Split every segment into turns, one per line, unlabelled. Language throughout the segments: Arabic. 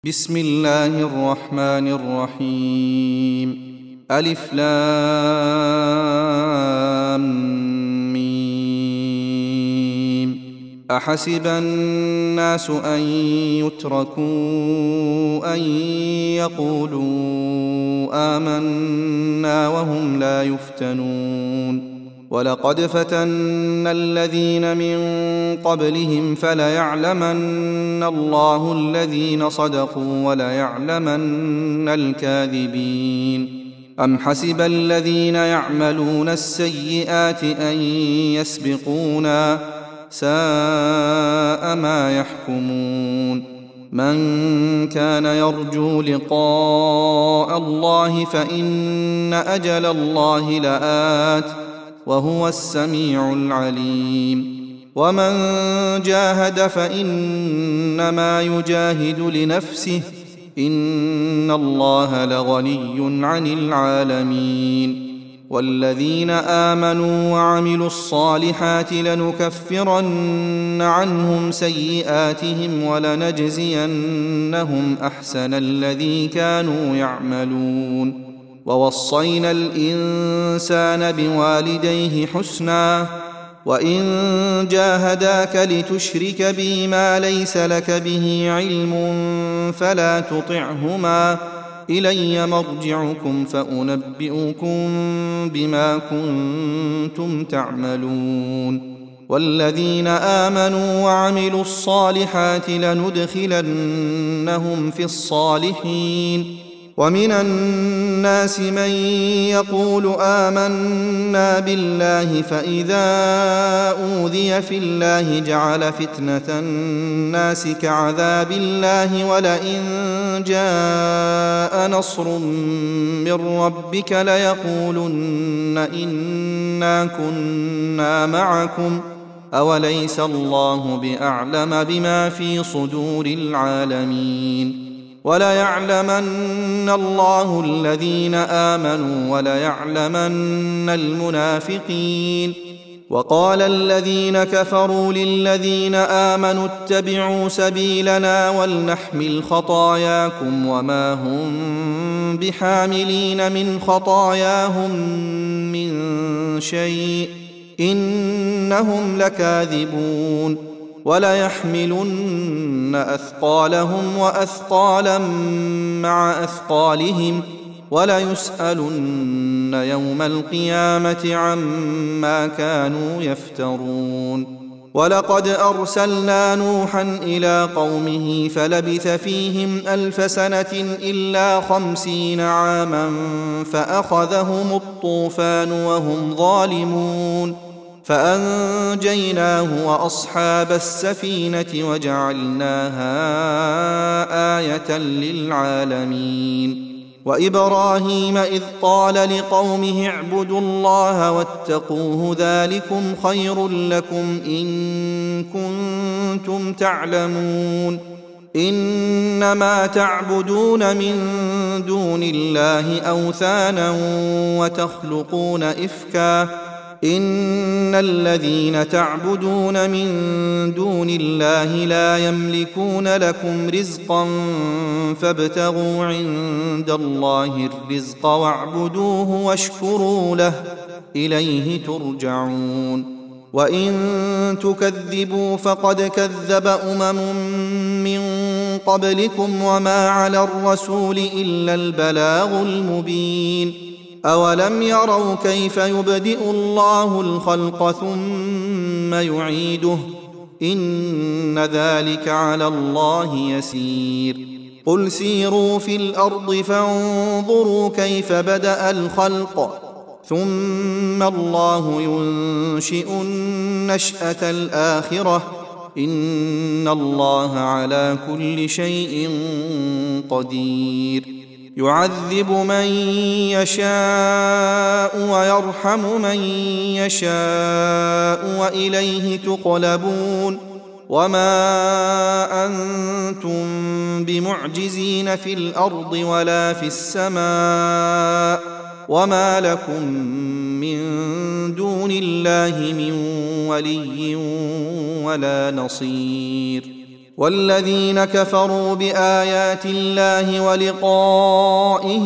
بسم الله الرحمن الرحيم. ألف لام ميم. أحسب الناس أن يتركوا أن يقولوا آمنا وهم لا يفتنون. ولقد فتنا الذين من قبلهم فليعلمن الله الذين صدقوا وليعلمن الكاذبين. أم حسب الذين يعملون السيئات أن يسبقونا ساء ما يحكمون. من كان يرجو لقاء الله فإن أجل الله لآت وهو السميع العليم. ومن جاهد فإنما يجاهد لنفسه إن الله لغني عن العالمين. والذين آمنوا وعملوا الصالحات لنكفرن عنهم سيئاتهم ولنجزينهم أحسن الذي كانوا يعملون. ووصينا الإنسان بوالديه حسنا وإن جاهداك لتشرك بي ما ليس لك به علم فلا تطعهما إلي مرجعكم فأنبئكم بما كنتم تعملون. والذين آمنوا وعملوا الصالحات لندخلنهم في الصالحين. ومن الناس من يقول آمنا بالله فإذا أوذي في الله جعل فتنة الناس كعذاب الله ولئن جاء نصر من ربك ليقولن إنا كنا معكم أوليس الله بأعلم بما في صدور العالمين. وليعلمن الله الذين آمنوا وليعلمن المنافقين. وقال الذين كفروا للذين آمنوا اتبعوا سبيلنا ولنحمل خطاياكم وما هم بحاملين من خطاياهم من شيء إنهم لكاذبون. وليحملن أثقالهم وأثقالا مع أثقالهم وليسألن يوم القيامة عما كانوا يفترون. ولقد أرسلنا نوحا إلى قومه فلبث فيهم 1000 سنة إلا 50 عاما فأخذهم الطوفان وهم ظالمون فأنجيناه وأصحاب السفينة وجعلناها آية للعالمين. وإبراهيم إذ قال لقومه اعبدوا الله واتقوه ذلكم خير لكم إن كنتم تعلمون. إنما تعبدون من دون الله أوثانا وتخلقون إفكا إن الذين تعبدون من دون الله لا يملكون لكم رزقا فابتغوا عند الله الرزق واعبدوه واشكروا له إليه ترجعون. وإن تكذبوا فقد كذب من قبلكم وما على الرسول إلا البلاغ المبين. أولم يروا كيف يبدئ الله الخلق ثم يعيده إن ذلك على الله يسير. قل سيروا في الأرض فانظروا كيف بدأ الخلق ثم الله ينشئ النشأة الآخرة إن الله على كل شيء قدير. يعذب من يشاء ويرحم من يشاء وإليه تقلبون. وما أنتم بمعجزين في الأرض ولا في السماء وما لكم من دون الله من ولي ولا نصير. والذين كفروا بآيات الله ولقائه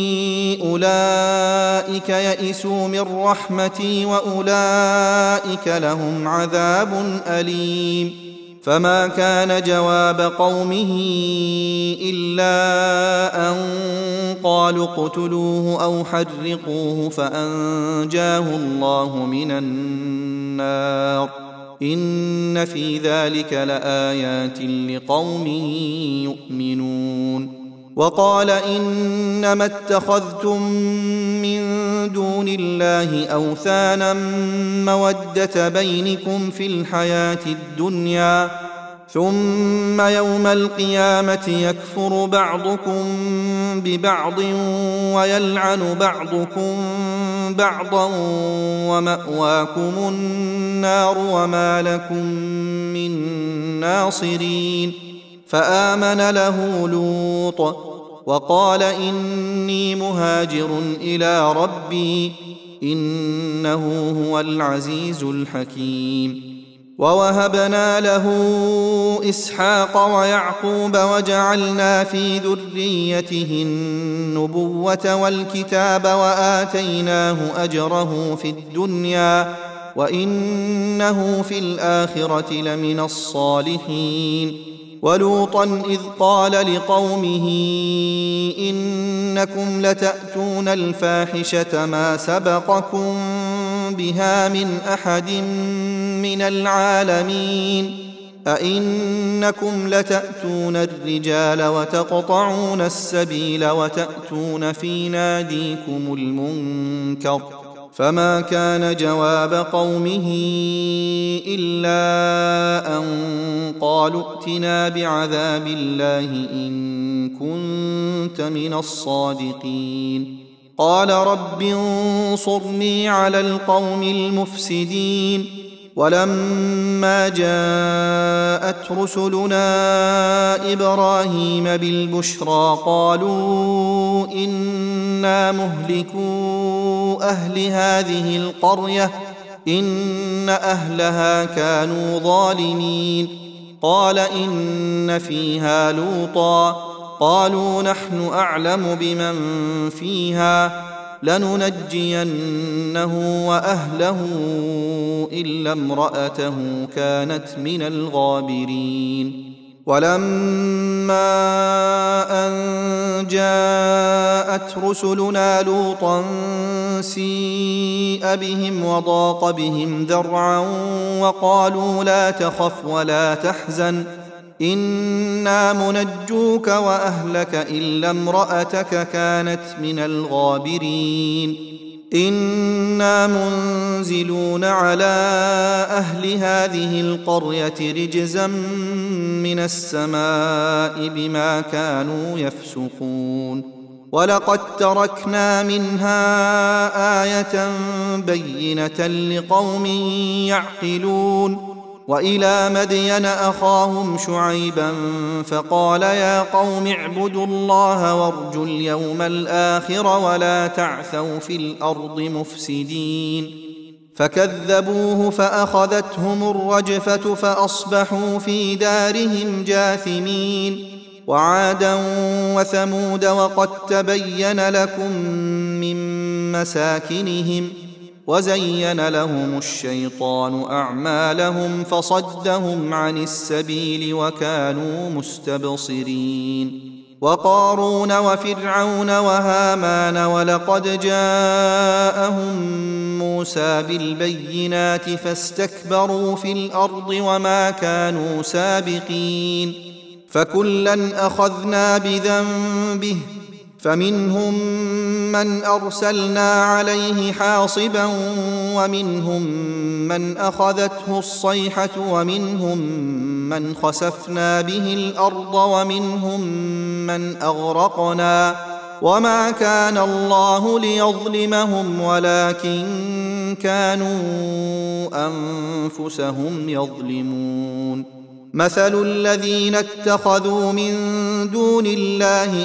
أولئك يئسوا من رحمتي وأولئك لهم عذاب أليم. فما كان جواب قومه إلا أن قالوا اقتلوه أو حرقوه فأنجاه الله من النار. إن في ذلك لآيات لقوم يؤمنون. وقال إنما اتخذتم من دون الله أوثانا مودة بينكم في الحياة الدنيا ثم يوم القيامة يكفر بعضكم ببعض ويلعن بعضكم بعضا ومأواكم النار وما لكم من ناصرين. فآمن له لوط وقال إني مهاجر إلى ربي إنه هو العزيز الحكيم. ووهبنا له إسحاق ويعقوب وجعلنا في ذريته النبوة والكتاب وآتيناه أجره في الدنيا وإنه في الآخرة لمن الصالحين. ولوطا إذ قال لقومه إنكم لتأتون الفاحشة ما سبقكم بها من أحد من العالمين أئنكم لتأتون الرجال وتقطعون السبيل وتأتون في ناديكم المنكر. فما كان جواب قومه إلا أن قالوا ائتنا بعذاب الله إن كنت من الصادقين. قال رب انصرني على القوم المفسدين. ولما جاءت رسلنا إبراهيم بالبشرى قالوا إنا مهلكو أهل هذه القرية إن أهلها كانوا ظالمين. قال إن فيها لوطا قالوا نحن أعلم بمن فيها لننجينه وأهله إلا امرأته كانت من الغابرين. ولما أن جاءت رسلنا لوطا سيء بهم وضاق بهم ذرعا وقالوا لا تخف ولا تحزن إنا منجوك وأهلك إلا امرأتك كانت من الغابرين. إنا منزلون على أهل هذه القرية رجزا من السماء بما كانوا يفسقون. ولقد تركنا منها آية بينة لقوم يعقلون. وإلى مدين أخاهم شعيبا فقال يا قوم اعبدوا الله وارجوا اليوم الآخر ولا تعثوا في الأرض مفسدين. فكذبوه فأخذتهم الرجفة فأصبحوا في دارهم جاثمين. وعادا وثمود وقد تبين لكم من مساكنهم وزين لهم الشيطان أعمالهم فصدهم عن السبيل وكانوا مستبصرين. وقارون وفرعون وهامان ولقد جاءهم موسى بالبينات فاستكبروا في الأرض وما كانوا سابقين. فكلا أخذنا بذنبه فمنهم من أرسلنا عليه حاصبا ومنهم من أخذته الصيحة ومنهم من خسفنا به الأرض ومنهم من أغرقنا وما كان الله ليظلمهم ولكن كانوا أنفسهم يظلمون. مثل الذين اتخذوا من دون الله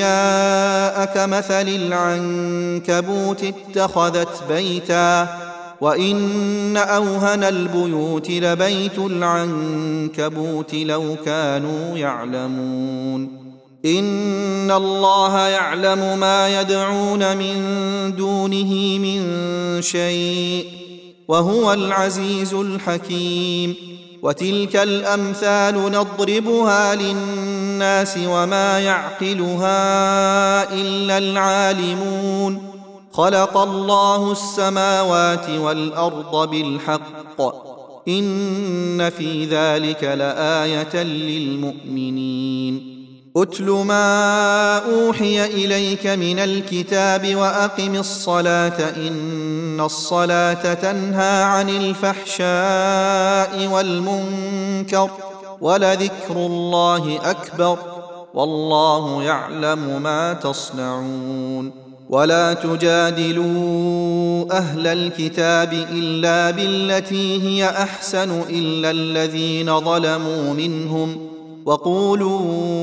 أولياء كمثل العنكبوت اتخذت بيتا وإن أوهن البيوت لبيت العنكبوت لو كانوا يعلمون إن الله يعلم ما يدعون من دونه من شيء وهو العزيز الحكيم وتلك الأمثال نضربها للناس وما يعقلها إلا العالمون خلق الله السماوات والأرض بالحق إن في ذلك لآية للمؤمنين أتل ما أوحي إليك من الكتاب وأقم الصلاة إن الصلاة تنهى عن الفحشاء والمنكر ولذكر الله أكبر والله يعلم ما تصنعون ولا تجادلوا أهل الكتاب إلا بالتي هي أحسن إلا الذين ظلموا منهم وقولوا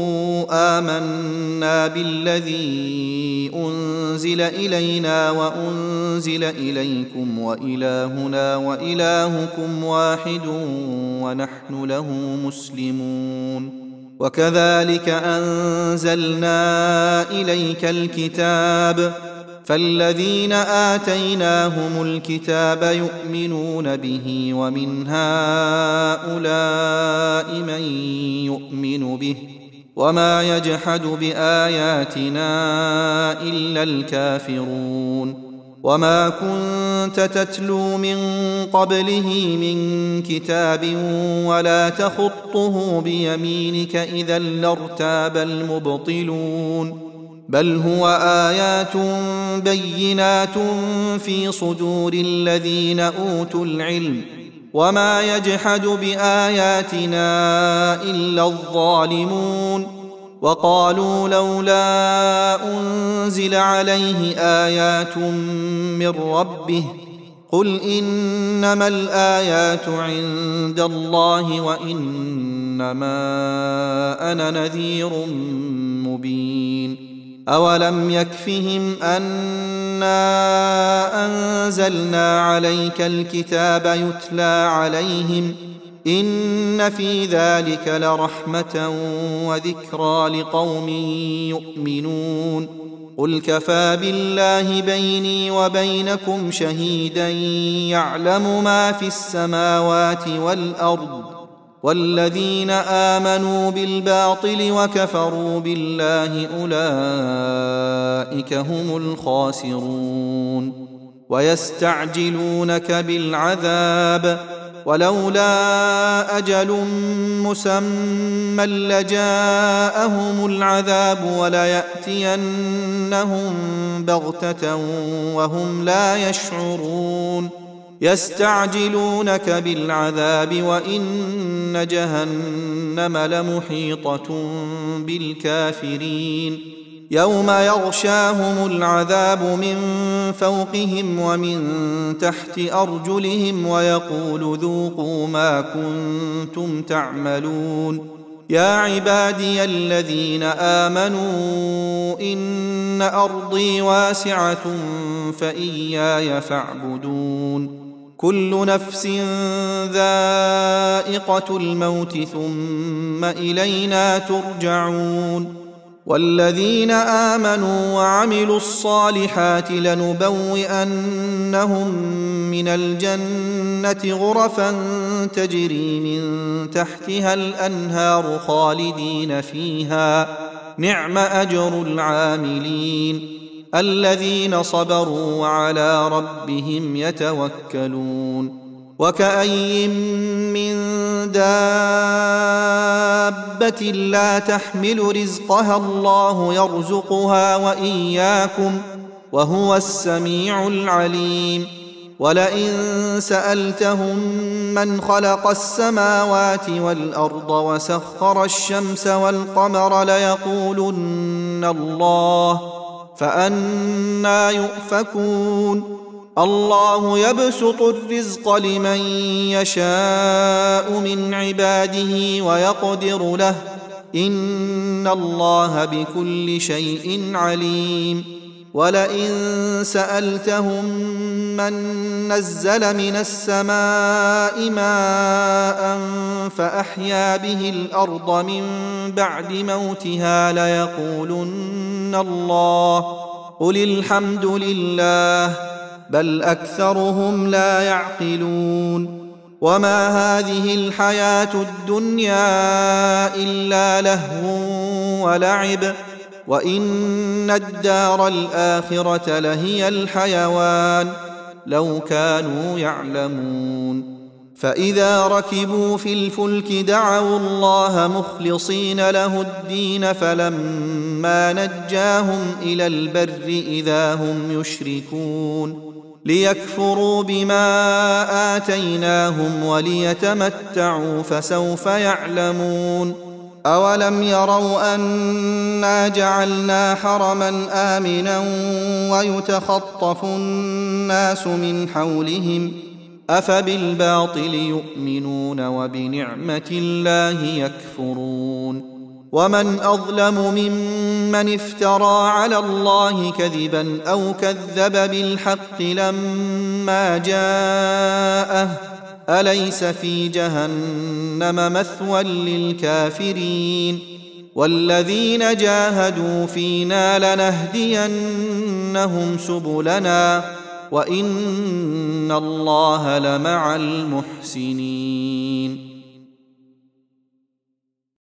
آمنا بالذي أنزل إلينا وأنزل إليكم وإلهنا وإلهكم واحد ونحن له مسلمون وكذلك أنزلنا إليك الكتاب فالذين آتيناهم الكتاب يؤمنون به ومن هؤلاء من يؤمن به وما يجحد بآياتنا إلا الكافرون وما كنت تتلو من قبله من كتاب ولا تخطه بيمينك إذا لارتاب المبطلون بل هو آيات بينات في صدور الذين أوتوا العلم وما يجحد بآياتنا إلا الظالمون وقالوا لولا أنزل عليه آيات من ربه قل إنما الآيات عند الله وإنما أنا نذير مبين أولم يكفهم أنا أنزلنا عليك الكتاب يتلى عليهم إن في ذلك لرحمة وذكرى لقوم يؤمنون قل كفى بالله بيني وبينكم شهيدا يعلم ما في السماوات والأرض والذين آمنوا بالباطل وكفروا بالله أولئك هم الخاسرون ويستعجلونك بالعذاب ولولا أجل مسمى لجاءهم العذاب وليأتينهم بغتة وهم لا يشعرون يستعجلونك بالعذاب وإن جهنم لمحيطة بالكافرين يوم يغشاهم العذاب من فوقهم ومن تحت أرجلهم ويقول ذوقوا ما كنتم تعملون يا عبادي الذين آمنوا إن أرضي واسعة فإياي فاعبدون كل نفس ذائقة الموت ثم إلينا ترجعون والذين آمنوا وعملوا الصالحات لنبوئنهم من الجنة غرفا تجري من تحتها الأنهار خالدين فيها نعم أجر العاملين الذين صبروا وعلى ربهم يتوكلون وكأي من دابة لا تحمل رزقها الله يرزقها وإياكم وهو السميع العليم ولئن سألتهم من خلق السماوات والأرض وسخر الشمس والقمر ليقولن الله فأنى يؤفكون الله يبسط الرزق لمن يشاء من عباده ويقدر له إن الله بكل شيء عليم ولئن سألتهم من نزل من السماء ماء فأحيا به الأرض من بعد موتها ليقولن الله قل الحمد لله بل أكثرهم لا يعقلون وما هذه الحياة الدنيا إلا لهو ولعب وإن الدار الآخرة لهي الحيوان لو كانوا يعلمون فإذا ركبوا في الفلك دعوا الله مخلصين له الدين فلما نجاهم إلى البر إذا هم يشركون ليكفروا بما آتيناهم وليتمتعوا فسوف يعلمون أولم يروا أنا جعلنا حرما آمنا ويتخطف الناس من حولهم أفبالباطل يؤمنون وبنعمة الله يكفرون ومن أظلم ممن افترى على الله كذبا أو كذب بالحق لما جاءه أليس في جهنم مثوى للكافرين والذين جاهدوا فينا لنهدينهم سبلنا وإن الله لمع المحسنين